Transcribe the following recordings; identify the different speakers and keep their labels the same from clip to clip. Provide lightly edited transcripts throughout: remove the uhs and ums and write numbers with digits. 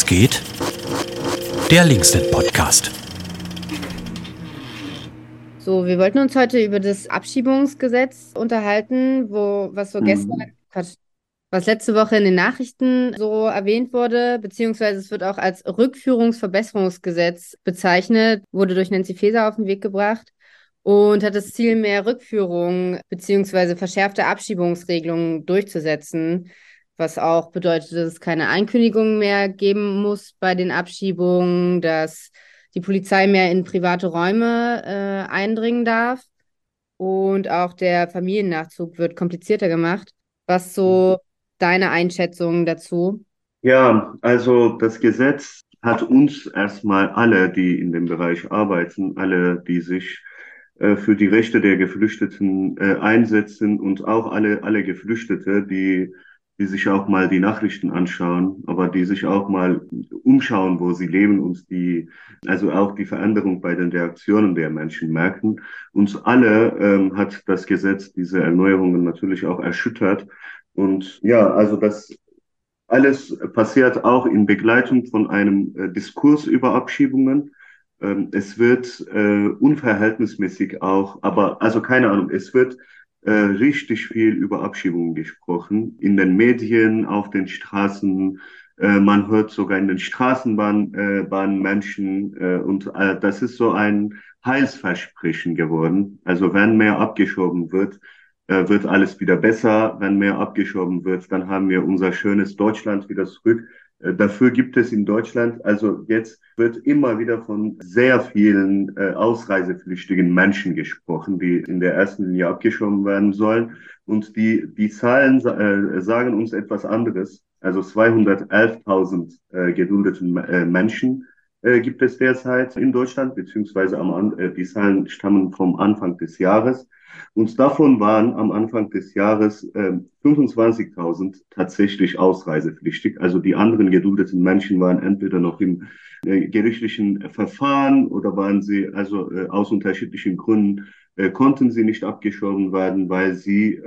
Speaker 1: Was geht? Der Linksnet-Podcast.
Speaker 2: So, wir wollten uns heute über das Abschiebungsgesetz unterhalten,
Speaker 3: Mhm.
Speaker 2: was letzte Woche in den Nachrichten so erwähnt wurde, beziehungsweise es wird auch als Rückführungsverbesserungsgesetz bezeichnet, wurde durch Nancy Faeser auf den Weg gebracht und hat das Ziel, mehr Rückführung beziehungsweise verschärfte Abschiebungsregelungen durchzusetzen, was auch bedeutet, dass es keine Einkündigung mehr geben muss bei den Abschiebungen, dass die Polizei mehr in private Räume eindringen darf und auch der Familiennachzug wird komplizierter gemacht. Was so deine Einschätzung dazu?
Speaker 3: Ja, also das Gesetz hat uns erstmal alle, die in dem Bereich arbeiten, alle, die sich für die Rechte der Geflüchteten einsetzen und auch alle Geflüchtete, die sich auch mal die Nachrichten anschauen, aber die sich auch mal umschauen, wo sie leben und also auch die Veränderung bei den Reaktionen der Menschen merken. Uns alle hat das Gesetz diese Erneuerungen natürlich auch erschüttert. Und ja, also das alles passiert auch in Begleitung von einem Diskurs über Abschiebungen. Es wird unverhältnismäßig auch, aber also keine Ahnung, es wird richtig viel über Abschiebungen gesprochen. In den Medien, auf den Straßen, man hört sogar in den Straßenbahnen Bahnen Menschen und das ist so ein Heilsversprechen geworden. Also wenn mehr abgeschoben wird alles wieder besser. Wenn mehr abgeschoben wird, dann haben wir unser schönes Deutschland wieder zurück. Dafür gibt es in Deutschland, also jetzt wird immer wieder von sehr vielen ausreisepflichtigen Menschen gesprochen, die in der ersten Linie abgeschoben werden sollen. Und die Zahlen sagen uns etwas anderes. Also 211.000 geduldeten Menschen gibt es derzeit in Deutschland, beziehungsweise die Zahlen stammen vom Anfang des Jahres. Und davon waren am Anfang des Jahres 25.000 tatsächlich ausreisepflichtig. Also die anderen geduldeten Menschen waren entweder noch im gerichtlichen Verfahren oder waren sie also aus unterschiedlichen Gründen konnten sie nicht abgeschoben werden, weil sie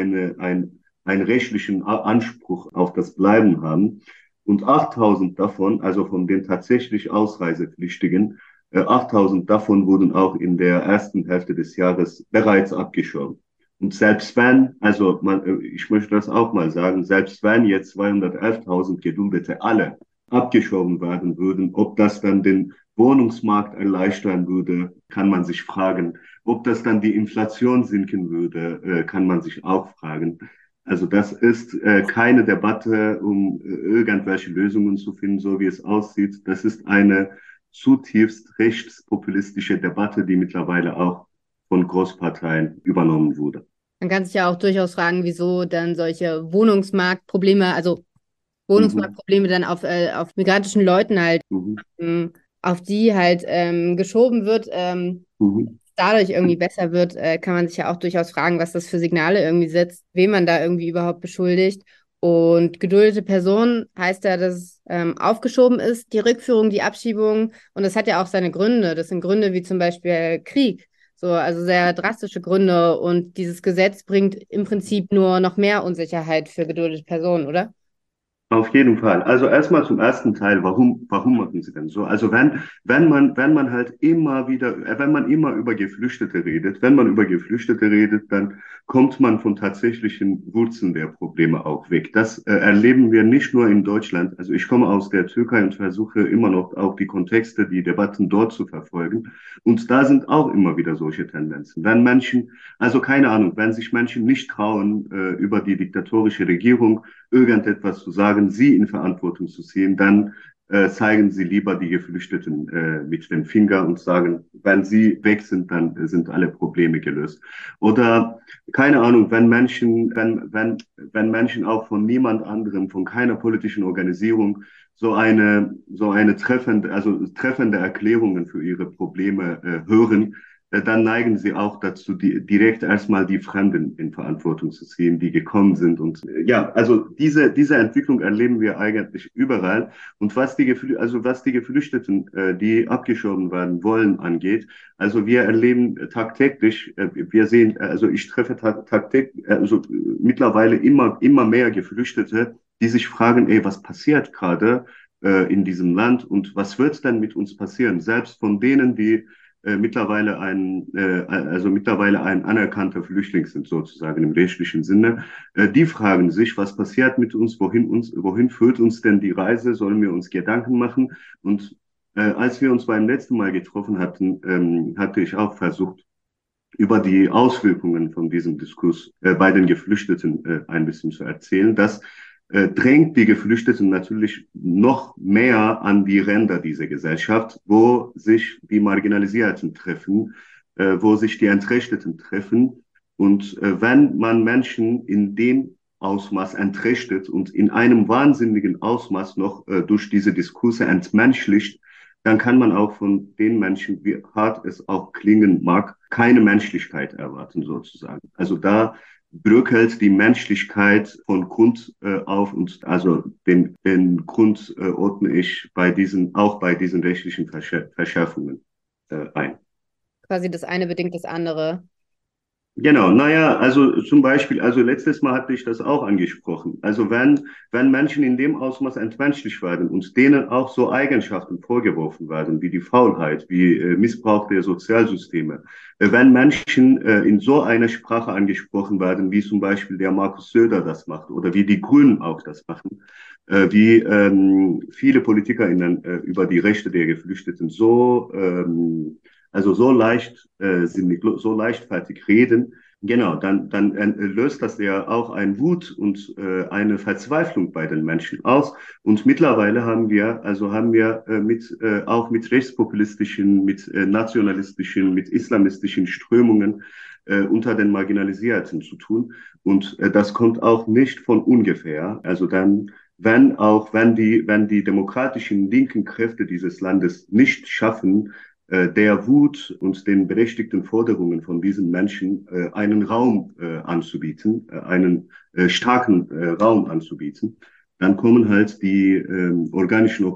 Speaker 3: einen rechtlichen Anspruch auf das Bleiben haben. Und 8.000 davon, also von den tatsächlich Ausreisepflichtigen, 8.000 davon wurden auch in der ersten Hälfte des Jahres bereits abgeschoben. Und selbst wenn, ich möchte das auch mal sagen, selbst wenn jetzt 211.000 Geduldete alle abgeschoben werden würden, ob das dann den Wohnungsmarkt erleichtern würde, kann man sich fragen. Ob das dann die Inflation sinken würde, kann man sich auch fragen. Also das ist keine Debatte, um irgendwelche Lösungen zu finden, so wie es aussieht. Das ist eine zutiefst rechtspopulistische Debatte, die mittlerweile auch von Großparteien übernommen wurde.
Speaker 2: Man kann sich ja auch durchaus fragen, wieso dann solche Wohnungsmarktprobleme, also
Speaker 3: Mhm.
Speaker 2: Wohnungsmarktprobleme dann auf migrantischen Leuten halt,
Speaker 3: Mhm.
Speaker 2: auf die halt geschoben wird,
Speaker 3: Mhm.
Speaker 2: dadurch irgendwie besser wird, kann man sich ja auch durchaus fragen, was das für Signale irgendwie setzt, wen man da irgendwie überhaupt beschuldigt. Und geduldete Person heißt ja, dass es aufgeschoben ist, die Rückführung, die Abschiebung. Und das hat ja auch seine Gründe. Das sind Gründe wie zum Beispiel Krieg. So, also sehr drastische Gründe. Und dieses Gesetz bringt im Prinzip nur noch mehr Unsicherheit für geduldete Personen, oder?
Speaker 3: Auf jeden Fall. Also erstmal zum ersten Teil, warum machen sie denn so? Also wenn man halt immer wieder, wenn man immer über Geflüchtete redet, wenn man über Geflüchtete redet, dann kommt man von tatsächlichen Wurzeln der Probleme auch weg. Das erleben wir nicht nur in Deutschland. Also ich komme aus der Türkei und versuche immer noch auch die Kontexte, die Debatten dort zu verfolgen. Und da sind auch immer wieder solche Tendenzen. Wenn Menschen, also keine Ahnung, wenn sich Menschen nicht trauen, über die diktatorische Regierung irgendetwas zu sagen, sie in Verantwortung zu ziehen, dann zeigen sie lieber die Geflüchteten mit dem Finger und sagen, wenn sie weg sind, dann sind alle Probleme gelöst. Oder keine Ahnung, wenn Menschen auch von niemand anderem, von keiner politischen Organisierung so eine treffende Erklärungen für ihre Probleme hören, dann neigen sie auch dazu, direkt erstmal die Fremden in Verantwortung zu ziehen, die gekommen sind. Und ja, also diese Entwicklung erleben wir eigentlich überall. Und was die Geflüchteten, die abgeschoben werden wollen, angeht, also wir erleben tagtäglich, wir sehen, also ich treffe tagtäglich, also mittlerweile immer mehr Geflüchtete, die sich fragen, ey, was passiert gerade? in diesem Land und was wird denn mit uns passieren? Selbst von denen, die mittlerweile ein anerkannter Flüchtling sind, sozusagen im rechtlichen Sinne, die fragen sich, was passiert mit uns, wohin führt uns denn die Reise? Sollen wir uns Gedanken machen? Und als wir uns beim letzten Mal getroffen hatten, hatte ich auch versucht, über die Auswirkungen von diesem Diskurs bei den Geflüchteten ein bisschen zu erzählen. Das drängt die Geflüchteten natürlich noch mehr an die Ränder dieser Gesellschaft, wo sich die Marginalisierten treffen, wo sich die Entrechteten treffen. Und wenn man Menschen in dem Ausmaß entrechtet und in einem wahnsinnigen Ausmaß noch durch diese Diskurse entmenschlicht, dann kann man auch von den Menschen, wie hart es auch klingen mag, keine Menschlichkeit erwarten, sozusagen. Also da bröckelt die Menschlichkeit von Grund auf und also den Grund ordne ich auch bei diesen rechtlichen Verschärfungen ein.
Speaker 2: Quasi das eine bedingt das andere.
Speaker 3: Genau, naja, also zum Beispiel, also letztes Mal hatte ich das auch angesprochen. Also wenn Menschen in dem Ausmaß entmenschlicht werden und denen auch so Eigenschaften vorgeworfen werden, wie die Faulheit, wie Missbrauch der Sozialsysteme, wenn Menschen in so einer Sprache angesprochen werden, wie zum Beispiel der Markus Söder das macht oder wie die Grünen auch das machen, wie viele PolitikerInnen über die Rechte der Geflüchteten so leichtsinnig, so leichtfertig reden, genau, dann löst das ja auch ein Wut und eine Verzweiflung bei den Menschen aus. Und mittlerweile haben wir auch mit rechtspopulistischen, mit nationalistischen, mit islamistischen Strömungen unter den Marginalisierten zu tun. Und das kommt auch nicht von ungefähr. Also dann wenn die demokratischen linken Kräfte dieses Landes nicht schaffen, der Wut und den berechtigten Forderungen von diesen Menschen einen Raum anzubieten, einen starken Raum anzubieten, dann kommen halt die organischen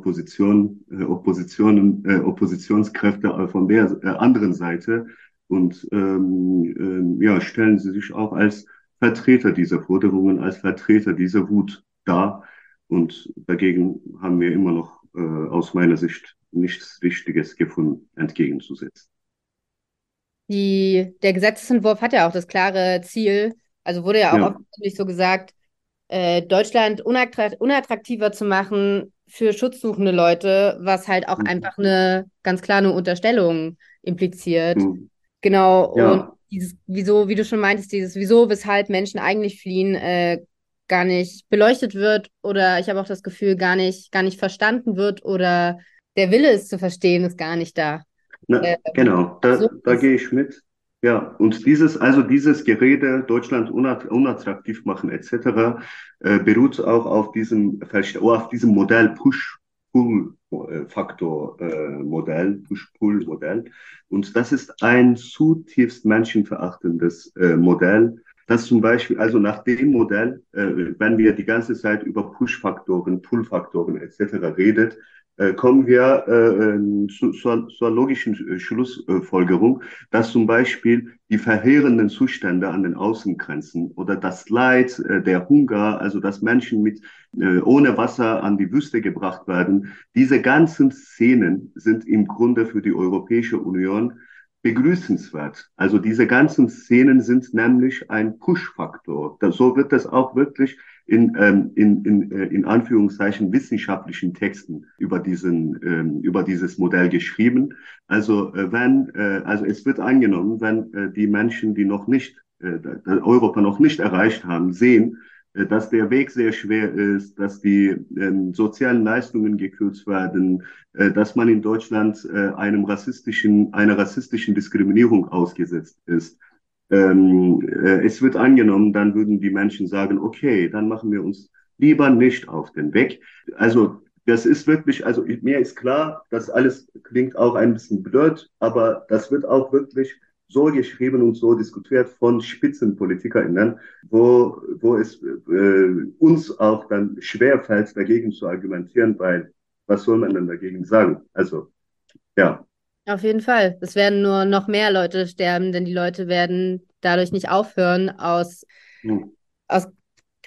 Speaker 3: Oppositionskräfte von der anderen Seite und ja, stellen sie sich auch als Vertreter dieser Forderungen, als Vertreter dieser Wut dar. Und dagegen haben wir immer noch aus meiner Sicht nichts Richtiges gefunden, entgegenzusetzen.
Speaker 2: Der Gesetzesentwurf hat ja auch das klare Ziel, also wurde ja auch
Speaker 3: Ja.
Speaker 2: offensichtlich so gesagt, Deutschland unattraktiver zu machen für schutzsuchende Leute, was halt auch
Speaker 3: Mhm.
Speaker 2: einfach ganz klar eine Unterstellung impliziert.
Speaker 3: Mhm.
Speaker 2: Genau, und
Speaker 3: Ja,
Speaker 2: dieses Wieso, wie du schon meintest, dieses Wieso, weshalb Menschen eigentlich fliehen, gar nicht beleuchtet wird oder ich habe auch das Gefühl, gar nicht verstanden wird oder der Wille, es zu verstehen, ist gar nicht da.
Speaker 3: genau,
Speaker 2: So
Speaker 3: da
Speaker 2: ist.
Speaker 3: gehe ich mit. Ja, und dieses Gerede, Deutschland unattraktiv machen etc., beruht auch auf diesem Modell Push-Pull-Faktor-Modell, Push-Pull-Modell. Und das ist ein zutiefst menschenverachtendes Modell, das zum Beispiel, also nach dem Modell, wenn wir die ganze Zeit über Push-Faktoren, Pull-Faktoren etc. redet, kommen wir zur logischen Schlussfolgerung, dass zum Beispiel die verheerenden Zustände an den Außengrenzen oder das Leid, der Hunger, also dass Menschen ohne Wasser an die Wüste gebracht werden, diese ganzen Szenen sind im Grunde für die Europäische Union begrüßenswert. Also diese ganzen Szenen sind nämlich ein Push-Faktor. So wird das auch wirklich in Anführungszeichen wissenschaftlichen Texten über dieses Modell geschrieben. Also also es wird angenommen, wenn die Menschen, die noch nicht Europa noch nicht erreicht haben, sehen, dass der Weg sehr schwer ist, dass die sozialen Leistungen gekürzt werden, dass man in Deutschland einer rassistischen Diskriminierung ausgesetzt ist. Es wird angenommen, dann würden die Menschen sagen, okay, dann machen wir uns lieber nicht auf den Weg. Also das ist wirklich, also mir ist klar, das alles klingt auch ein bisschen blöd, aber das wird auch wirklich so geschrieben und so diskutiert von SpitzenpolitikerInnen, wo es uns auch dann schwerfällt, dagegen zu argumentieren, weil was soll man denn dagegen sagen? Also, ja.
Speaker 2: Auf jeden Fall. Es werden nur noch mehr Leute sterben, denn die Leute werden dadurch nicht aufhören, aus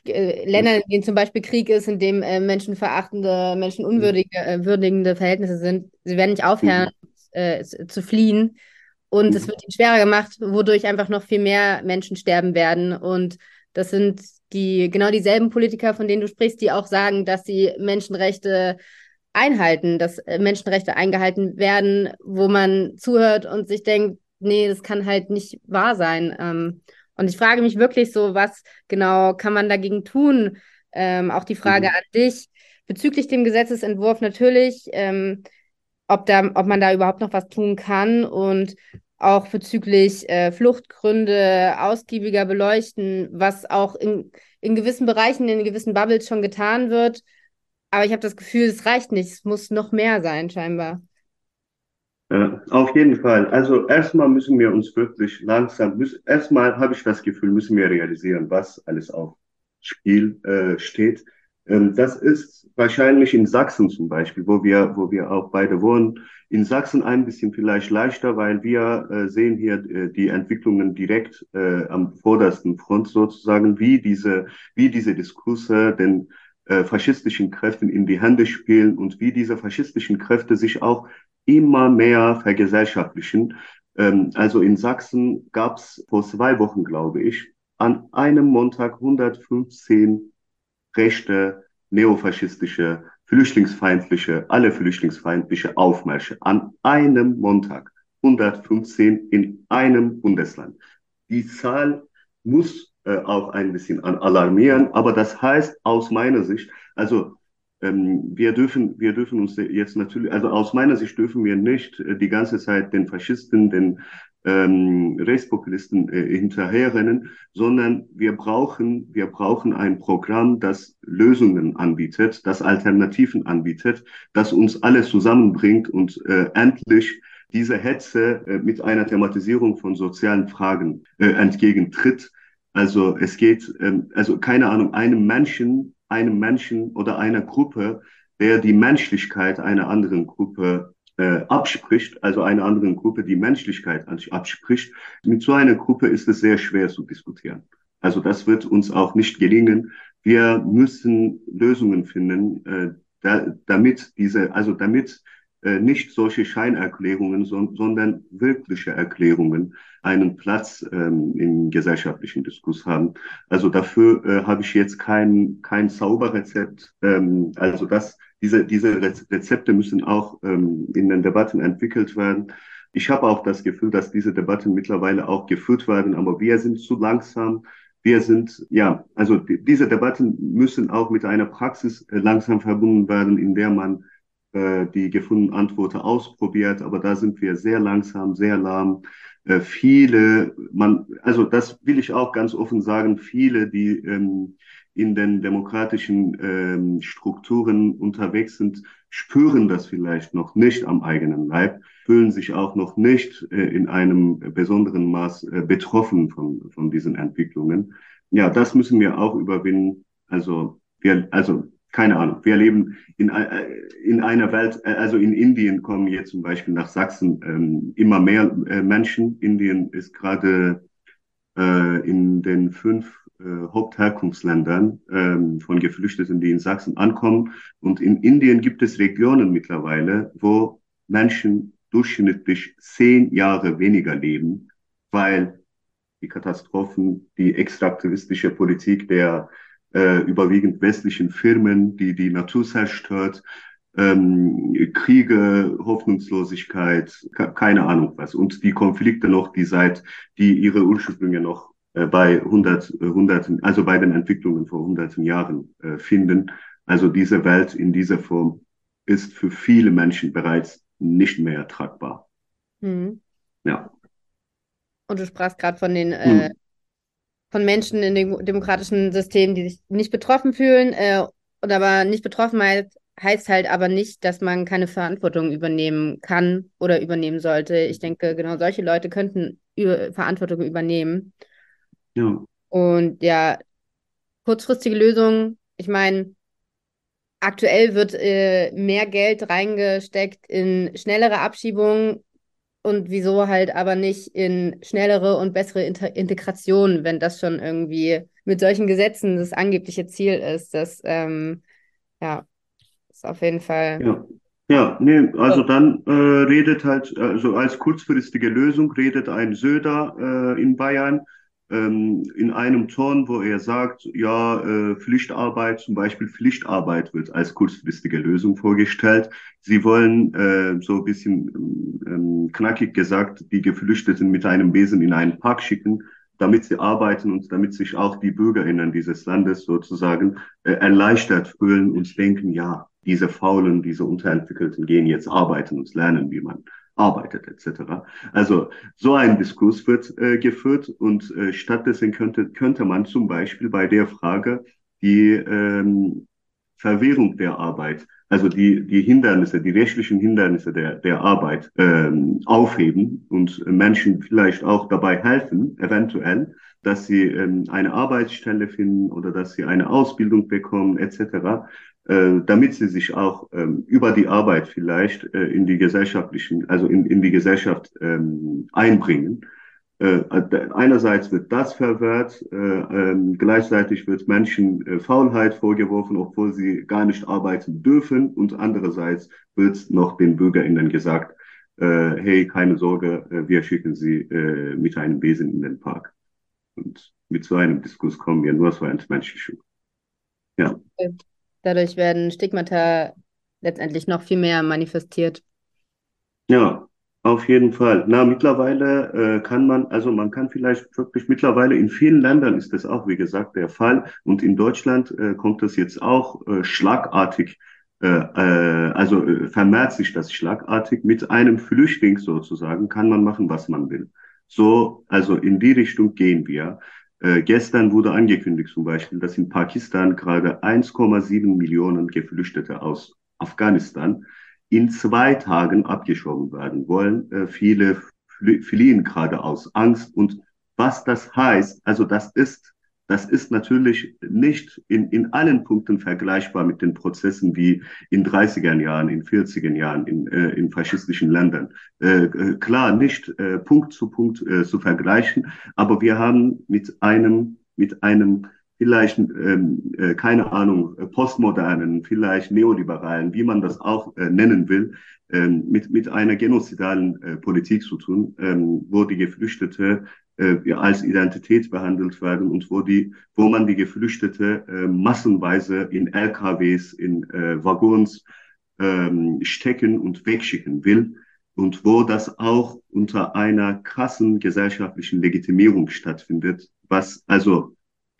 Speaker 2: Ländern, in denen zum Beispiel Krieg ist, in dem menschenverachtende, menschenunwürdigende Verhältnisse sind, sie werden nicht aufhören, zu fliehen. Und es wird ihnen schwerer gemacht, wodurch einfach noch viel mehr Menschen sterben werden. Und das sind genau dieselben Politiker, von denen du sprichst, die auch sagen, dass sie Menschenrechte einhalten, dass Menschenrechte eingehalten werden, wo man zuhört und sich denkt, nee, das kann halt nicht wahr sein. Und ich frage mich wirklich so, was genau kann man dagegen tun? Auch die Frage an dich bezüglich dem Gesetzesentwurf natürlich, ob man da überhaupt noch was tun kann und auch bezüglich Fluchtgründe ausgiebiger beleuchten, was auch in gewissen Bereichen, in gewissen Bubbles schon getan wird. Aber ich habe das Gefühl, es reicht nicht. Es muss noch mehr sein, scheinbar.
Speaker 3: Auf jeden Fall. Also erstmal müssen wir uns wirklich erstmal habe ich das Gefühl, müssen wir realisieren, was alles auf Spiel steht. Das ist wahrscheinlich in Sachsen zum Beispiel, wo wir auch beide wohnen. In Sachsen ein bisschen vielleicht leichter, weil wir sehen hier die Entwicklungen direkt am vordersten Front sozusagen, wie diese Diskurse den faschistischen Kräften in die Hände spielen und wie diese faschistischen Kräfte sich auch immer mehr vergesellschaftlichen. Also in Sachsen gab es vor 2 Wochen, glaube ich, an einem Montag 115 rechte, neofaschistische, alle flüchtlingsfeindliche Aufmärsche. An einem Montag 115 in einem Bundesland. Die Zahl muss auch ein bisschen alarmieren, aber das heißt aus meiner Sicht, also wir dürfen uns jetzt natürlich, also aus meiner Sicht dürfen wir nicht die ganze Zeit den Faschisten, den Rechtspopulisten hinterherrennen, sondern wir brauchen ein Programm, das Lösungen anbietet, das Alternativen anbietet, das uns alle zusammenbringt und endlich diese Hetze mit einer Thematisierung von sozialen Fragen entgegentritt. Also es geht, also keine Ahnung, einem Menschen oder einer Gruppe, der die Menschlichkeit einer anderen Gruppe abspricht, also einer anderen Gruppe die Menschlichkeit abspricht. Mit so einer Gruppe ist es sehr schwer zu diskutieren. Also das wird uns auch nicht gelingen. Wir müssen Lösungen finden, damit nicht solche Scheinerklärungen, sondern wirkliche Erklärungen einen Platz im gesellschaftlichen Diskurs haben. Also dafür habe ich jetzt kein Zauberrezept. Diese Rezepte müssen auch in den Debatten entwickelt werden. Ich habe auch das Gefühl, dass diese Debatten mittlerweile auch geführt werden, aber wir sind zu langsam. Diese Debatten müssen auch mit einer Praxis langsam verbunden werden, in der man die gefundenen Antworten ausprobiert, aber da sind wir sehr langsam, sehr lahm. Also das will ich auch ganz offen sagen, viele, die in den demokratischen Strukturen unterwegs sind, spüren das vielleicht noch nicht am eigenen Leib, fühlen sich auch noch nicht in einem besonderen Maß betroffen von diesen Entwicklungen. Ja, das müssen wir auch überwinden. Also keine Ahnung, wir leben in einer Welt, also in Indien kommen jetzt zum Beispiel nach Sachsen immer mehr Menschen. Indien ist gerade in den 5 Hauptherkunftsländern von Geflüchteten, die in Sachsen ankommen. Und in Indien gibt es Regionen mittlerweile, wo Menschen durchschnittlich 10 Jahre weniger leben, weil die Katastrophen, die extraktivistische Politik der überwiegend westlichen Firmen, die die Natur zerstört, Kriege, Hoffnungslosigkeit, keine Ahnung was. Und die Konflikte noch, die ihre Ursprünge noch bei also bei den Entwicklungen vor hunderten Jahren finden. Also diese Welt in dieser Form ist für viele Menschen bereits nicht mehr tragbar.
Speaker 2: Mhm.
Speaker 3: Ja.
Speaker 2: Und du sprachst gerade von
Speaker 3: Hm.
Speaker 2: von Menschen in dem demokratischen System, die sich nicht betroffen fühlen. Und aber nicht betroffen heißt halt aber nicht, dass man keine Verantwortung übernehmen kann oder übernehmen sollte. Ich denke, genau solche Leute könnten Verantwortung übernehmen.
Speaker 3: Ja.
Speaker 2: Und ja, kurzfristige Lösungen, ich meine, aktuell wird mehr Geld reingesteckt in schnellere Abschiebungen, Und wieso halt aber nicht in schnellere und bessere Integration, wenn das schon irgendwie mit solchen Gesetzen das angebliche Ziel ist. Das, ja, ist auf jeden Fall.
Speaker 3: Ja, ja, nee,
Speaker 2: Oh.
Speaker 3: also dann redet halt, also als kurzfristige Lösung redet ein Söder in Bayern in einem Ton, wo er sagt, ja, Pflichtarbeit, zum Beispiel Pflichtarbeit wird als kurzfristige Lösung vorgestellt. Sie wollen so ein bisschen knackig gesagt die Geflüchteten mit einem Besen in einen Park schicken, damit sie arbeiten und damit sich auch die BürgerInnen dieses Landes sozusagen erleichtert fühlen und denken, ja, diese Faulen, diese Unterentwickelten gehen jetzt arbeiten und lernen, wie man arbeitet, etc. Also so ein Diskurs wird geführt und stattdessen könnte man zum Beispiel bei der Frage die Verwehrung der Arbeit, also die Hindernisse, die rechtlichen Hindernisse der Arbeit aufheben und Menschen vielleicht auch dabei helfen, eventuell, dass sie eine Arbeitsstelle finden oder dass sie eine Ausbildung bekommen, etc., damit sie sich auch über die Arbeit vielleicht in die gesellschaftlichen, also in die Gesellschaft einbringen. Einerseits wird das verwehrt, gleichzeitig wird Menschen Faulheit vorgeworfen, obwohl sie gar nicht arbeiten dürfen, und andererseits wird noch den BürgerInnen gesagt, hey, keine Sorge, wir schicken sie mit einem Besen in den Park. Und mit so einem Diskurs kommen wir nur zur Entmenschlichung. Ja.
Speaker 2: Dadurch werden Stigmata letztendlich noch viel mehr manifestiert.
Speaker 3: Ja, auf jeden Fall. Na, mittlerweile kann man, also man kann vielleicht wirklich mittlerweile in vielen Ländern ist das auch, wie gesagt, der Fall. Und in Deutschland kommt das jetzt auch schlagartig, vermehrt sich das schlagartig. Mit einem Flüchtling sozusagen kann man machen, was man will. So, also in die Richtung gehen wir. Gestern wurde angekündigt zum Beispiel, dass in Pakistan gerade 1,7 Millionen Geflüchtete aus Afghanistan in 2 Tagen abgeschoben werden wollen. Viele fliehen gerade aus Angst. Und was das heißt, also das ist natürlich nicht in allen Punkten vergleichbar mit den Prozessen wie in 30er Jahren, in 40er Jahren, in faschistischen Ländern. Klar, nicht Punkt zu Punkt zu vergleichen, aber wir haben mit einem vielleicht, keine Ahnung, postmodernen, vielleicht neoliberalen, wie man das auch nennen will, mit einer genozidalen Politik zu tun, wo die Geflüchtete als Identität behandelt werden und wo man die Geflüchtete massenweise in LKWs, in Waggons stecken und wegschicken will und wo das auch unter einer krassen gesellschaftlichen Legitimierung stattfindet, was also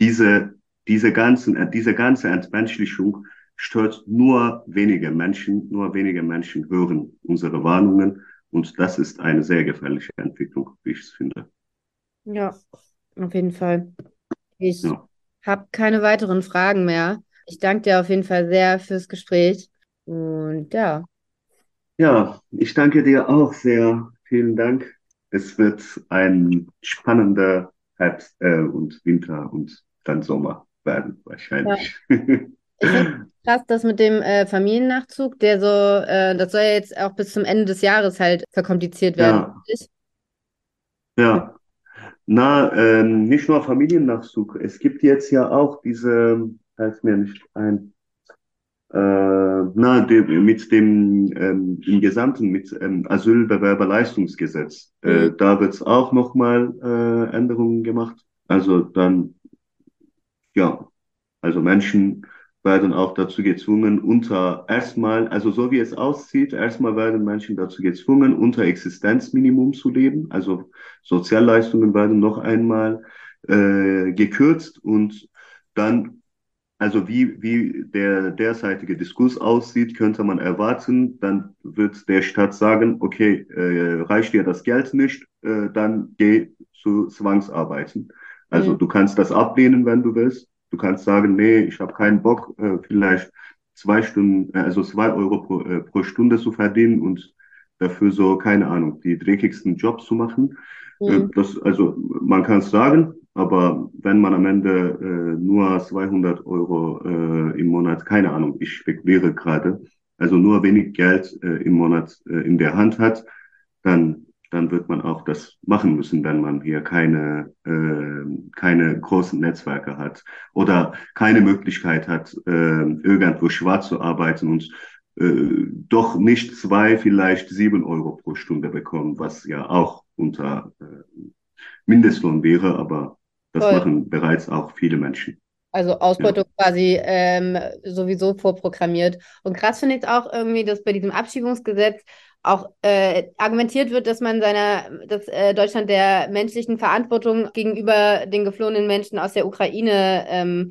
Speaker 3: diese ganze Entmenschlichung stört nur wenige Menschen hören unsere Warnungen und das ist eine sehr gefährliche Entwicklung, wie ich es finde.
Speaker 2: Ja, auf jeden Fall. Ich
Speaker 3: Ja.
Speaker 2: habe keine weiteren Fragen mehr. Ich danke dir auf jeden Fall sehr fürs Gespräch. Und ja,
Speaker 3: Ja, ich danke dir auch sehr. Vielen Dank. Es wird ein spannender Herbst und Winter und dann Sommer werden,
Speaker 2: ja.
Speaker 3: wahrscheinlich.
Speaker 2: Ich finde krass, das mit dem Familiennachzug, der so, das soll ja jetzt auch bis zum Ende des Jahres halt verkompliziert werden.
Speaker 3: Ja, ja. Na, nicht nur Familiennachzug. Es gibt jetzt ja auch diese, fällt mir nicht ein, mit dem im Gesamten mit Asylbewerberleistungsgesetz.
Speaker 2: Mhm.
Speaker 3: Da wird es auch nochmal Änderungen gemacht. Also dann, ja, also Menschen werden auch dazu gezwungen, also so wie es aussieht, erstmal werden Menschen dazu gezwungen, unter Existenzminimum zu leben. Also Sozialleistungen werden noch einmal gekürzt und dann, also wie der derzeitige Diskurs aussieht, könnte man erwarten, dann wird der Staat sagen, okay, reicht dir das Geld nicht, dann geh zu Zwangsarbeiten. Also
Speaker 2: Mhm.
Speaker 3: du kannst das ablehnen, wenn du willst. Du kannst sagen, nee, ich habe keinen Bock, vielleicht 2 Stunden, also 2 Euro pro Stunde zu verdienen und dafür so, keine Ahnung, die dreckigsten Jobs zu machen.
Speaker 2: Mhm.
Speaker 3: Also man kann es sagen, aber wenn man am Ende nur 200 Euro im Monat, keine Ahnung, ich spekuliere gerade, also nur wenig Geld im Monat in der Hand hat, dann dann wird man auch das machen müssen, wenn man hier keine großen Netzwerke hat oder keine Möglichkeit hat, irgendwo schwarz zu arbeiten und doch nicht 2, vielleicht 7 € pro Stunde bekommen, was ja auch unter Mindestlohn wäre, aber das
Speaker 2: Voll.
Speaker 3: machen bereits auch viele Menschen.
Speaker 2: Also
Speaker 3: Ja,
Speaker 2: Ausbeutung quasi sowieso vorprogrammiert. Und krass finde ich auch irgendwie, dass bei diesem Abschiebungsgesetz auch argumentiert wird, dass Deutschland der menschlichen Verantwortung gegenüber den geflohenen Menschen aus der Ukraine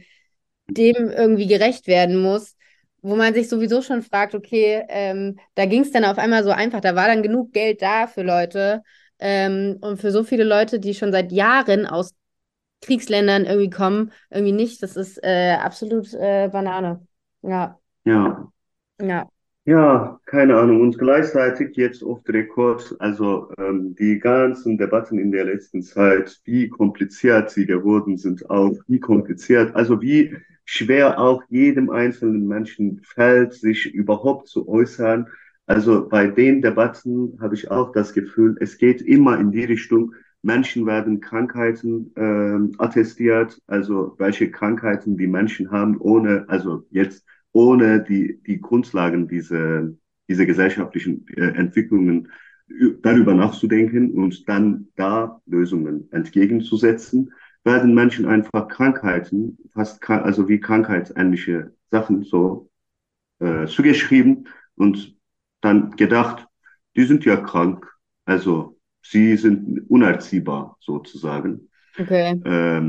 Speaker 2: dem irgendwie gerecht werden muss, wo man sich sowieso schon fragt, okay, da ging es dann auf einmal so einfach, da war dann genug Geld da für Leute und für so viele Leute, die schon seit Jahren aus Kriegsländern irgendwie kommen, irgendwie nicht. Das ist absolut Banane. Ja,
Speaker 3: ja,
Speaker 2: ja.
Speaker 3: ja, keine Ahnung. Und gleichzeitig jetzt off the record, also die ganzen Debatten in der letzten Zeit, wie kompliziert sie geworden sind, auch wie kompliziert, also wie schwer auch jedem einzelnen Menschen fällt, sich überhaupt zu äußern. Also bei den Debatten habe ich auch das Gefühl, es geht immer in die Richtung, Menschen werden Krankheiten attestiert, also welche Krankheiten die Menschen haben, ohne, also jetzt ohne die Grundlagen dieser gesellschaftlichen Entwicklungen darüber nachzudenken und dann da Lösungen entgegenzusetzen, werden Menschen einfach Krankheiten, also wie krankheitsähnliche Sachen so zugeschrieben und dann gedacht, die sind ja krank, also sie sind unerziehbar sozusagen.
Speaker 2: Okay.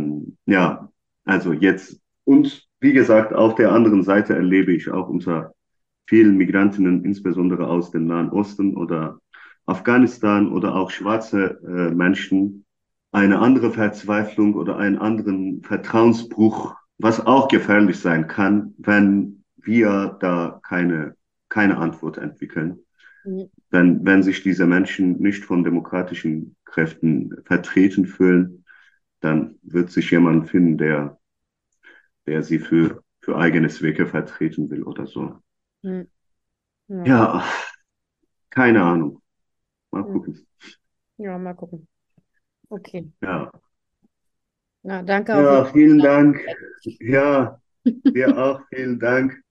Speaker 3: Ja, also jetzt, und wie gesagt, auf der anderen Seite erlebe ich auch unter vielen Migrantinnen, insbesondere aus dem Nahen Osten oder Afghanistan oder auch schwarze Menschen, eine andere Verzweiflung oder einen anderen Vertrauensbruch, was auch gefährlich sein kann, wenn wir da keine Antwort entwickeln.
Speaker 2: Mhm.
Speaker 3: Denn wenn sich diese Menschen nicht von demokratischen Kräften vertreten fühlen, dann wird sich jemand finden, der sie für eigene Zwecke vertreten will oder so.
Speaker 2: Mhm. Ja.
Speaker 3: Ja, keine Ahnung. Mal
Speaker 2: Mhm.
Speaker 3: gucken.
Speaker 2: Ja, mal gucken. Okay.
Speaker 3: Ja,
Speaker 2: Na, danke auf jeden
Speaker 3: ja, vielen Dank.
Speaker 2: Fall.
Speaker 3: Ja, dir auch vielen Dank.